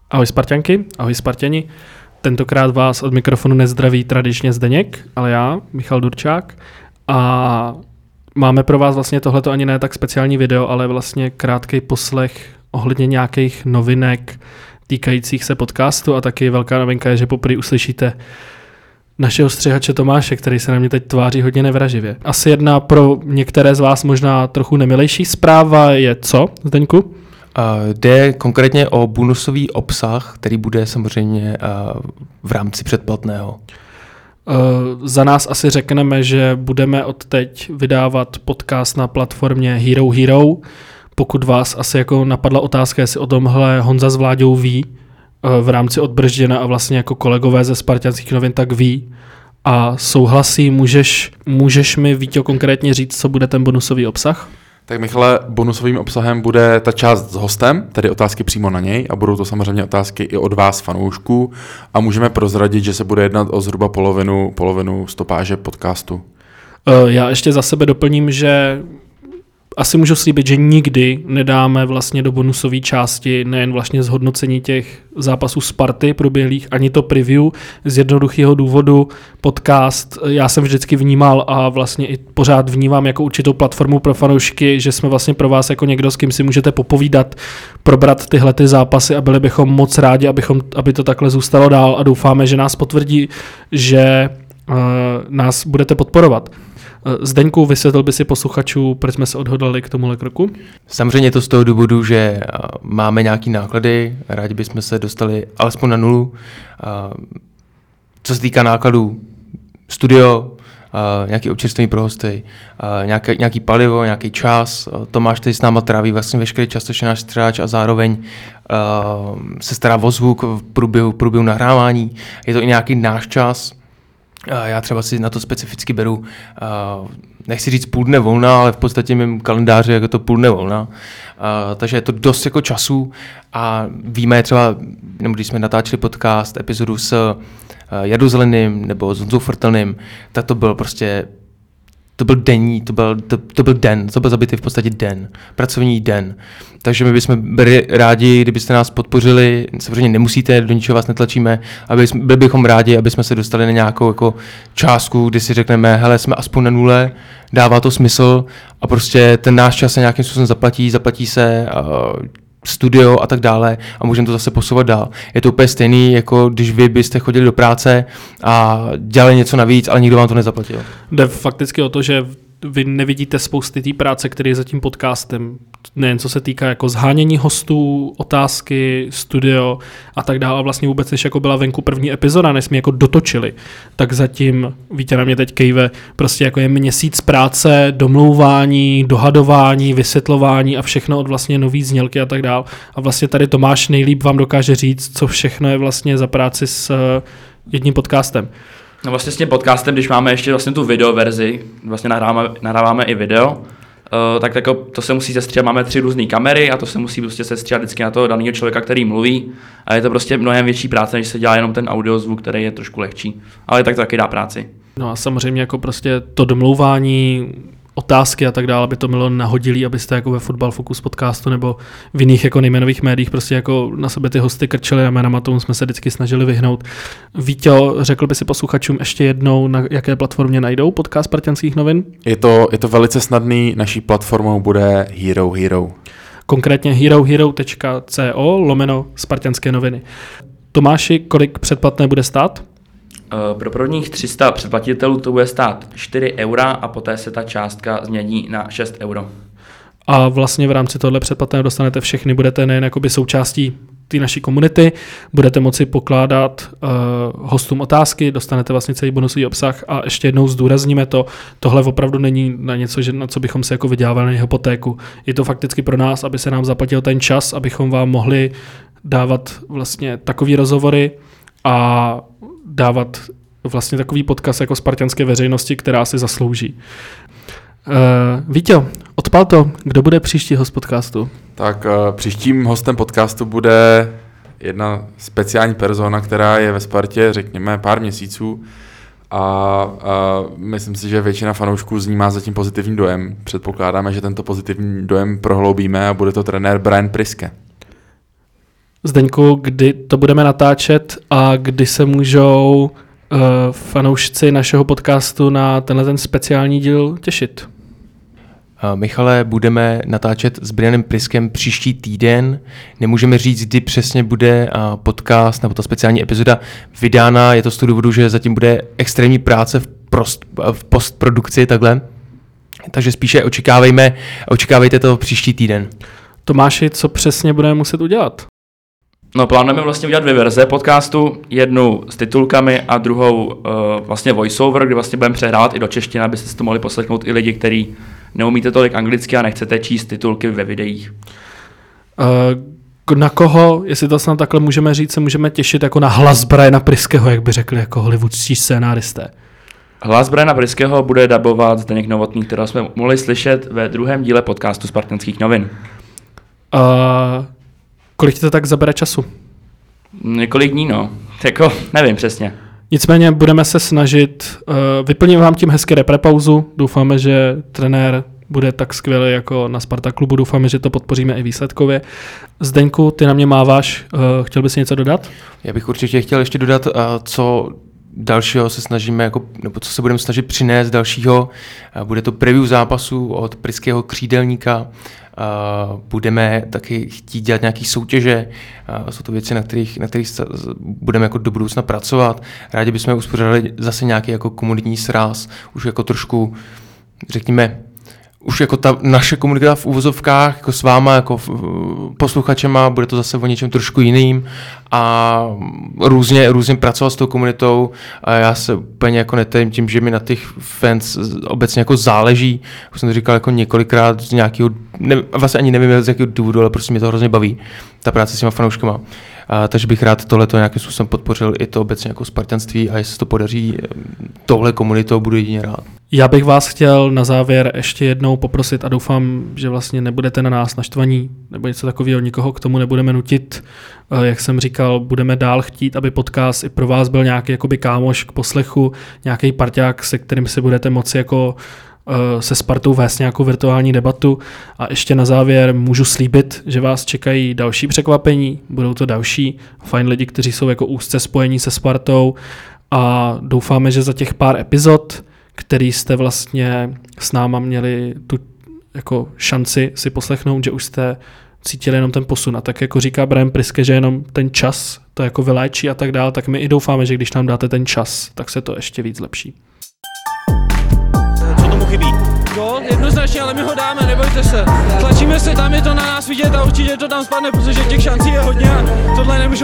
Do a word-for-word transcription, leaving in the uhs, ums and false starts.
Ahoj Sparťanky, ahoj Spartěni. Tentokrát vás od mikrofonu nezdraví tradičně Zdeněk, ale já, Michal Durčák. A máme pro vás vlastně tohleto ani ne tak speciální video, ale vlastně krátký poslech ohledně nějakých novinek týkajících se podcastu a taky velká novinka je, že poprvé uslyšíte našeho střihače Tomáše, který se na mě teď tváří hodně nevraživě. Asi jedna pro některé z vás možná trochu nemilejší zpráva je co, Zdeňku? Uh, jde konkrétně o bonusový obsah, který bude samozřejmě uh, v rámci předplatného. Uh, za nás asi řekneme, že budeme od teď vydávat podcast na platformě Hero Hero. Pokud vás asi jako napadla otázka, jestli o tomhle Honza s Vláďou ví uh, v rámci Odbržděna a vlastně jako kolegové ze Spartanských novin, tak ví a souhlasí. Můžeš, můžeš mi, Víťo, konkrétně říct, co bude ten bonusový obsah? Tak Michale, bonusovým obsahem bude ta část s hostem, tedy otázky přímo na něj a budou to samozřejmě otázky i od vás fanoušků a můžeme prozradit, že se bude jednat o zhruba polovinu, polovinu stopáže podcastu. Já ještě za sebe doplním, že asi můžu slíbit, že nikdy nedáme vlastně do bonusové části nejen vlastně zhodnocení těch zápasů Sparty proběhlých, ani to preview z jednoduchého důvodu. Podcast já jsem vždycky vnímal a vlastně i pořád vnímám jako určitou platformu pro fanoušky, že jsme vlastně pro vás jako někdo, s kým si můžete popovídat, probrat tyhle ty zápasy a byli bychom moc rádi, abychom, aby to takhle zůstalo dál a doufáme, že nás potvrdí, že uh, nás budete podporovat. Zdeňku, vysvětlil by si posluchačů, proč jsme se odhodlali k tomuhle kroku? Samozřejmě to z toho důvodu, že máme nějaký náklady, rádi bychom se dostali alespoň na nulu. Co se týká nákladů, studio, nějaký občerstvení pro hosty, nějaký, nějaký palivo, nějaký čas. Tomáš tady s náma tráví vlastně veškerý čas, což je náš střihač a zároveň se stará o zvuk v průběhu, v průběhu nahrávání. Je to i nějaký náš čas. Já třeba si na to specificky beru, nechci říct půl dne volna, ale v podstatě mým kalendáři jako to půl dne volna. Takže je to dost jako času a víme třeba, nebo když jsme natáčeli podcast, epizodu s Jadou Zeleným nebo s Honzou Frtelným, tak to byl prostě, to byl denní, to byl, to, to byl den, to byl zabitý v podstatě den, pracovní den. Takže my bychom byli rádi, kdybyste nás podpořili, samozřejmě nemusíte, do ničeho vás netlačíme, aby jsme, byli bychom rádi, aby jsme se dostali na nějakou jako částku, kdy si řekneme, hele, jsme aspoň na nule, dává to smysl a prostě ten náš čas se nějakým způsobem zaplatí, zaplatí se uh, studio a tak dále a můžeme to zase posouvat dál. Je to úplně stejný, jako když vy byste chodili do práce a dělali něco navíc, ale nikdo vám to nezaplatil. Jde fakticky o to, že vy nevidíte spousty té práce, který je za tím podcastem. Nejen co se týká jako zhánění hostů, otázky, studio a tak dále. A vlastně vůbec, než jako byla venku první epizoda, než jsme jako dotočili, tak zatím, Vítě na mě teď kejve, prostě jako je měsíc práce, domlouvání, dohadování, vysvětlování a všechno od vlastně nový znělky a tak dále. A vlastně tady Tomáš nejlíp vám dokáže říct, co všechno je vlastně za práci s jedním podcastem. No vlastně s tím podcastem, když máme ještě vlastně tu video verzi, vlastně nahráváme, nahráváme i video, uh, tak tako, to se musí sestříhat, máme tři různé kamery a to se musí prostě sestříhat vždycky na toho daného člověka, který mluví a je to prostě mnohem větší práce, než se dělá jenom ten audiozvuk, který je trošku lehčí, ale tak to taky dá práci. No a samozřejmě jako prostě to domlouvání, otázky a tak dále, aby to bylo nahodilý, abyste jako ve Football Focus podcastu nebo v jiných jako nejmenových médiích prostě jako na sebe ty hosty krčili a jménama, tomu jsme se vždycky snažili vyhnout. Víťo, řekl by si posluchačům ještě jednou, na jaké platformě najdou podcast Spartanských novin? Je to, je to velice snadný, naší platformou bude Hero Hero. Konkrétně herohero tečka co lomeno Spartanské noviny. Tomáši, kolik předplatné bude stát? Pro prvních tři sta předplatitelů to bude stát čtyři eura a poté se ta částka změní na šest euro. A vlastně v rámci tohle předplatného dostanete všechny, budete nejen jakoby součástí té naší komunity, budete moci pokládat uh, hostům otázky, dostanete vlastně celý bonusový obsah a ještě jednou zdůrazníme to, tohle opravdu není na něco, že, na co bychom se jako vydělávali na hypotéku. Je to fakticky pro nás, aby se nám zaplatil ten čas, abychom vám mohli dávat vlastně takový rozhovory a dávat vlastně takový podcast jako spartanské veřejnosti, která si zaslouží. Uh, Víťo, odpal to, kdo bude příští host podcastu? Tak uh, příštím hostem podcastu bude jedna speciální persona, která je ve Spartě, řekněme, pár měsíců a, a myslím si, že většina fanoušků z ní má zatím pozitivní dojem. Předpokládáme, že tento pozitivní dojem prohloubíme a bude to trenér Brian Priske. Zdeňku, kdy to budeme natáčet a kdy se můžou uh, fanoušci našeho podcastu na tenhle ten speciální díl těšit? Uh, Michale, budeme natáčet s Brianem Priskem příští týden. Nemůžeme říct, kdy přesně bude uh, podcast nebo ta speciální epizoda vydána. Je to z toho důvodu, že zatím bude extrémní práce v, prost, v postprodukci takhle. Takže spíše očekávejme, očekávejte to příští týden. Tomáši, co přesně budeme muset udělat? No, plánujeme vlastně udělat dvě verze podcastu, jednu s titulkami a druhou uh, vlastně voiceover, kdy vlastně budeme přehrávat i do češtiny, abyste si to mohli poslechnout i lidi, kteří neumíte tolik anglicky a nechcete číst titulky ve videích. Uh, na koho, jestli to snad takhle můžeme říct, se můžeme těšit jako na hlas Briana Priského, jak by řekli jako hollywoodští scénáristé? Hlas Briana Priského bude dabovat Zdeněk Novotný, kterého jsme mohli slyšet ve druhém díle podcastu Spartanských novin. Uh, kolik ti to tak zabere času? Několik dní, no. Jako, nevím přesně. Nicméně budeme se snažit, uh, vyplníme vám tím hezky reprepauzu, doufáme, že trenér bude tak skvělý jako na Sparta klubu, doufáme, že to podpoříme i výsledkově. Zdeňku, ty na mě máváš, uh, chtěl bys něco dodat? Já bych určitě chtěl ještě dodat, uh, co dalšího se snažíme, jako, nebo co se budeme snažit přinést dalšího. Uh, bude to preview zápasu od Priského křídelníka. Uh, budeme taky chtít dělat nějaké soutěže, uh, jsou to věci, na kterých, na kterých budeme jako do budoucna pracovat. Rádi bychom uspořádali zase nějaký jako komunitní sraz, už jako trošku, řekněme, už jako ta naše komunita v úvozovkách, jako s váma, jako v, posluchačema, bude to zase o něčem trošku jiným a různě, různě pracovat s tou komunitou a já se úplně jako netajím tím, že mi na těch fans obecně jako záleží, už jsem to říkal jako několikrát z nějakého, ne, vlastně ani nevím z jakého důvodu, ale prostě mě to hrozně baví, ta práce s těma fanouškama. A, takže bych rád tohleto nějakým způsobem podpořil i to obecně jako spartanství a jestli se to podaří tohle komunitou, budu jedině rád. Já bych vás chtěl na závěr ještě jednou poprosit a doufám, že vlastně nebudete na nás naštvaní nebo něco takového, nikoho k tomu nebudeme nutit. Jak jsem říkal, budeme dál chtít, aby podcast i pro vás byl nějaký jakoby kámoš k poslechu, nějaký parťák, se kterým si budete moci jako se Spartou vést nějakou virtuální debatu. A ještě na závěr můžu slíbit, že vás čekají další překvapení, budou to další fajn lidi, kteří jsou jako úzce spojení se Spartou a doufáme, že za těch pár epizod, který jste vlastně s náma měli tu jako šanci si poslechnout, že už jste cítili jenom ten posun. A tak jako říká Brian Priske, že jenom ten čas to jako vyléčí a tak dál, tak my i doufáme, že když nám dáte ten čas, tak se to ještě víc zlepší. Co tomu chybí? Gól, jednoznačně, ale my ho dáme, nebojte se. Tlačíme se, tam je to na nás vidět a určitě to tam spadne, protože těch šancí je hodně a tohle nemůže